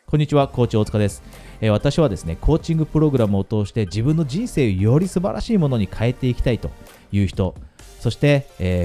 こんにちは、コーチ大塚です。私はですね、コーチングプログラムを通して自分の人生をより素晴らしいものに変えていきたいという人、そして、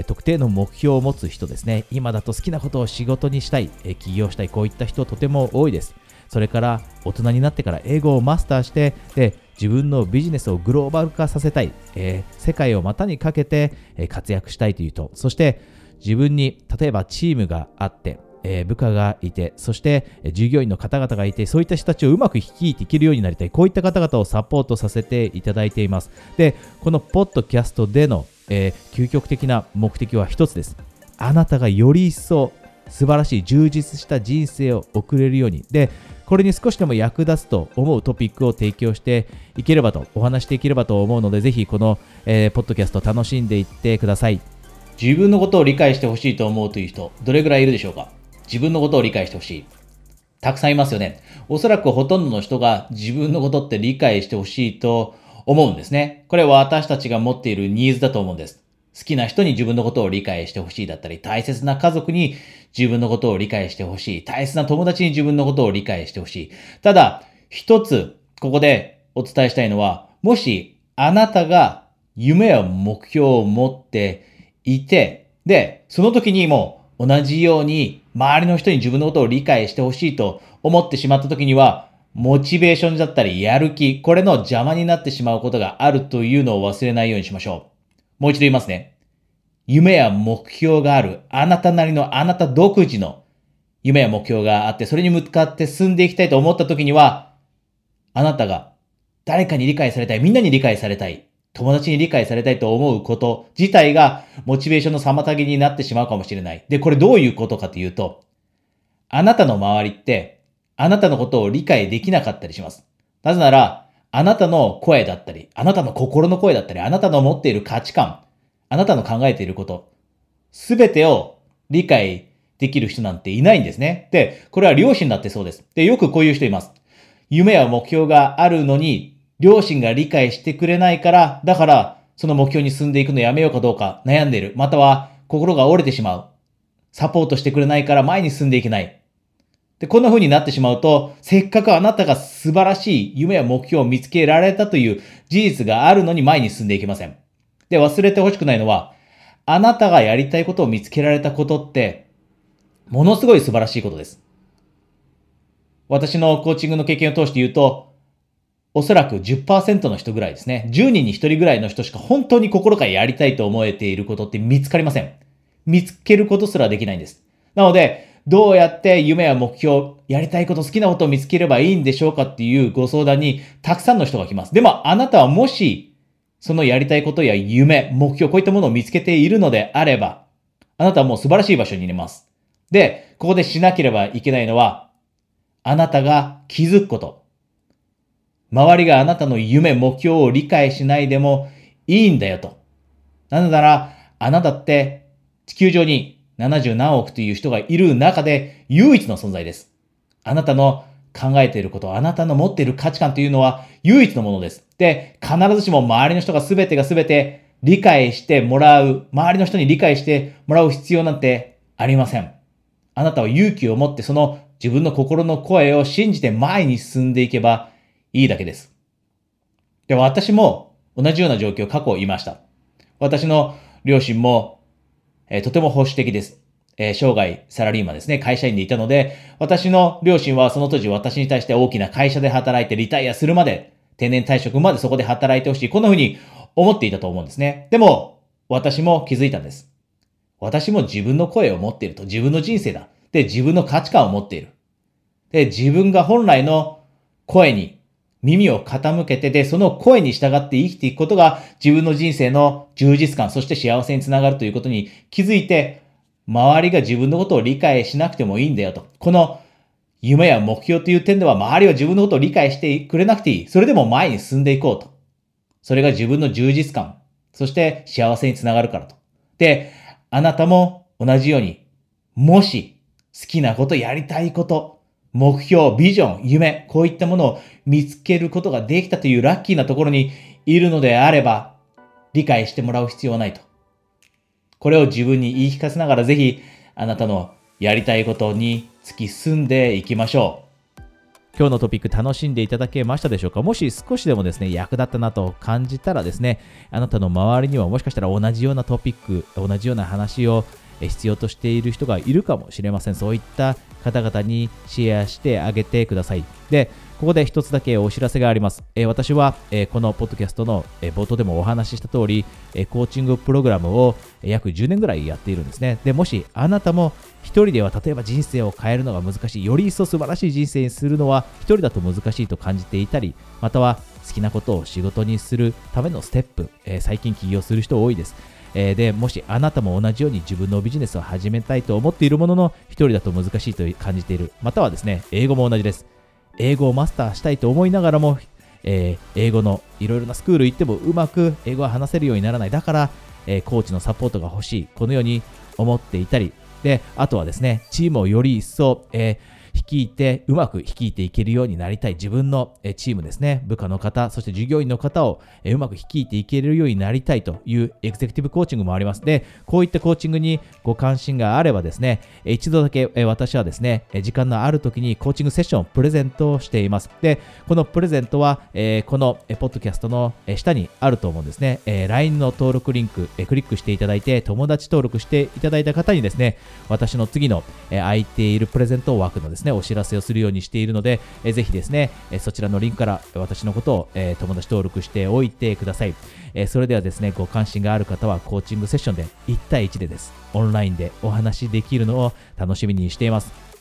特定の目標を持つ人ですね。今だと好きなことを仕事にしたい、起業したい、こういった人とても多いです。それから大人になってから英語をマスターして、で自分のビジネスをグローバル化させたい、世界を股にかけて、活躍したいという人、そして自分に例えばチームがあって、部下がいて、そして従業員の方々がいて、そういった人たちをうまく率いていけるようになりたい、こういった方々をサポートさせていただいています。で、このポッドキャストでの、究極的な目的は一つです。あなたがより一層素晴らしい充実した人生を送れるように、でこれに少しでも役立つと思うトピックを提供していければと、お話していければと思うので、ぜひこの、ポッドキャスト楽しんでいってください。自分のことを理解してほしいと思うという人、どれぐらいいるでしょうか。自分のことを理解してほしい。たくさんいますよね。おそらくほとんどの人が自分のことって理解してほしいと思うんですね。これは私たちが持っているニーズだと思うんです。好きな人に自分のことを理解してほしいだったり、大切な家族に自分のことを理解してほしい。大切な友達に自分のことを理解してほしい。ただ、一つ、ここでお伝えしたいのは、もしあなたが夢や目標を持っていて、で、その時にも同じように周りの人に自分のことを理解してほしいと思ってしまった時には、モチベーションだったりやる気、これの邪魔になってしまうことがあるというのを忘れないようにしましょう。もう一度言いますね。夢や目標がある、あなたなりのあなた独自の夢や目標があって、それに向かって進んでいきたいと思った時には、あなたが誰かに理解されたい、みんなに理解されたい、友達に理解されたいと思うこと自体がモチベーションの妨げになってしまうかもしれない。で、これどういうことかというと、あなたの周りってあなたのことを理解できなかったりします。なぜなら、あなたの声だったり、あなたの心の声だったり、あなたの持っている価値観、あなたの考えていること、すべてを理解できる人なんていないんですね。で、これは両親だってそうです。で、よくこういう人います。夢や目標があるのに、両親が理解してくれないから、だから、その目標に進んでいくのやめようかどうか悩んでいる。または、心が折れてしまう。サポートしてくれないから前に進んでいけない。で、こんな風になってしまうと、せっかくあなたが素晴らしい夢や目標を見つけられたという事実があるのに前に進んでいけません。で、忘れてほしくないのは、あなたがやりたいことを見つけられたことって、ものすごい素晴らしいことです。私のコーチングの経験を通して言うと、おそらく 10% の人ぐらいですね。10人に1人ぐらいの人しか本当に心からやりたいと思えていることって見つかりません。見つけることすらできないんです。なので、どうやって夢や目標、やりたいこと、好きなことを見つければいいんでしょうかっていうご相談にたくさんの人が来ます。でもあなたはもし、そのやりたいことや夢、目標、こういったものを見つけているのであれば、あなたはもう素晴らしい場所にいます。で、ここでしなければいけないのは、あなたが気づくこと。周りがあなたの夢、目標を理解しないでもいいんだよと。なぜなら、あなたって地球上に70何億という人がいる中で唯一の存在です。あなたの考えていること、あなたの持っている価値観というのは唯一のものです。で、必ずしも周りの人が全て理解してもらう、周りの人に理解してもらう必要なんてありません。あなたは勇気を持ってその自分の心の声を信じて前に進んでいけばいいだけです。で、私も同じような状況過去いました。私の両親も、とても保守的です。生涯サラリーマンですね。会社員でいたので、私の両親はその当時私に対して大きな会社で働いてリタイアするまで、定年退職までそこで働いてほしい。こんな風に思っていたと思うんですね。でも、私も気づいたんです。私も自分の声を持っていると。自分の人生だ。で、自分の価値観を持っている。で、自分が本来の声に耳を傾けて、で、その声に従って生きていくことが自分の人生の充実感、そして幸せにつながるということに気づいて、周りが自分のことを理解しなくてもいいんだよと。この夢や目標という点では周りは自分のことを理解してくれなくていい。それでも前に進んでいこうと。それが自分の充実感、そして幸せにつながるからと。で、あなたも同じように、もし好きなこと、やりたいこと、目標、ビジョン、夢、こういったものを見つけることができたというラッキーなところにいるのであれば、理解してもらう必要はないと。これを自分に言い聞かせながら、ぜひあなたのやりたいことに突き進んでいきましょう。 今日のトピック楽しんでいただけましたでしょうか。もし少しでもですね、役立ったなと感じたらですね、あなたの周りにはもしかしたら同じようなトピック、同じような話を必要としている人がいるかもしれません。そういった方々にシェアしてあげてください。で、ここで一つだけお知らせがあります。私はこのポッドキャストの冒頭でもお話しした通り、コーチングプログラムを約10年ぐらいやっているんですね。で、もしあなたも一人では例えば人生を変えるのが難しい、より一層素晴らしい人生にするのは一人だと難しいと感じていたり、または好きなことを仕事にするためのステップ、最近起業する人多いです。で、もしあなたも同じように自分のビジネスを始めたいと思っているものの、一人だと難しいと感じている。またはですね、英語も同じです。英語をマスターしたいと思いながらも、英語のいろいろなスクール行ってもうまく英語が話せるようにならない。だから、コーチのサポートが欲しい。このように思っていたり、で、あとはですね、チームをより一層、うまく率いていけるようになりたい。自分のチームですね、部下の方、そして従業員の方をうまく率いていけるようになりたいというエグゼクティブコーチングもあります。で、こういったコーチングにご関心があればですね、一度だけ私はですね、時間のある時にコーチングセッションをプレゼントしています。で、このプレゼントは、このポッドキャストの下にあると思うんですね。LINE の登録リンク、クリックしていただいて、友達登録していただいた方にですね、私の次の空いているプレゼント枠のですね、お知らせをするようにしているので、ぜひですね、そちらのリンクから私のことを、友達登録しておいてください。それではですね、ご関心がある方はコーチングセッションで1対1でです。オンラインでお話しできるのを楽しみにしています。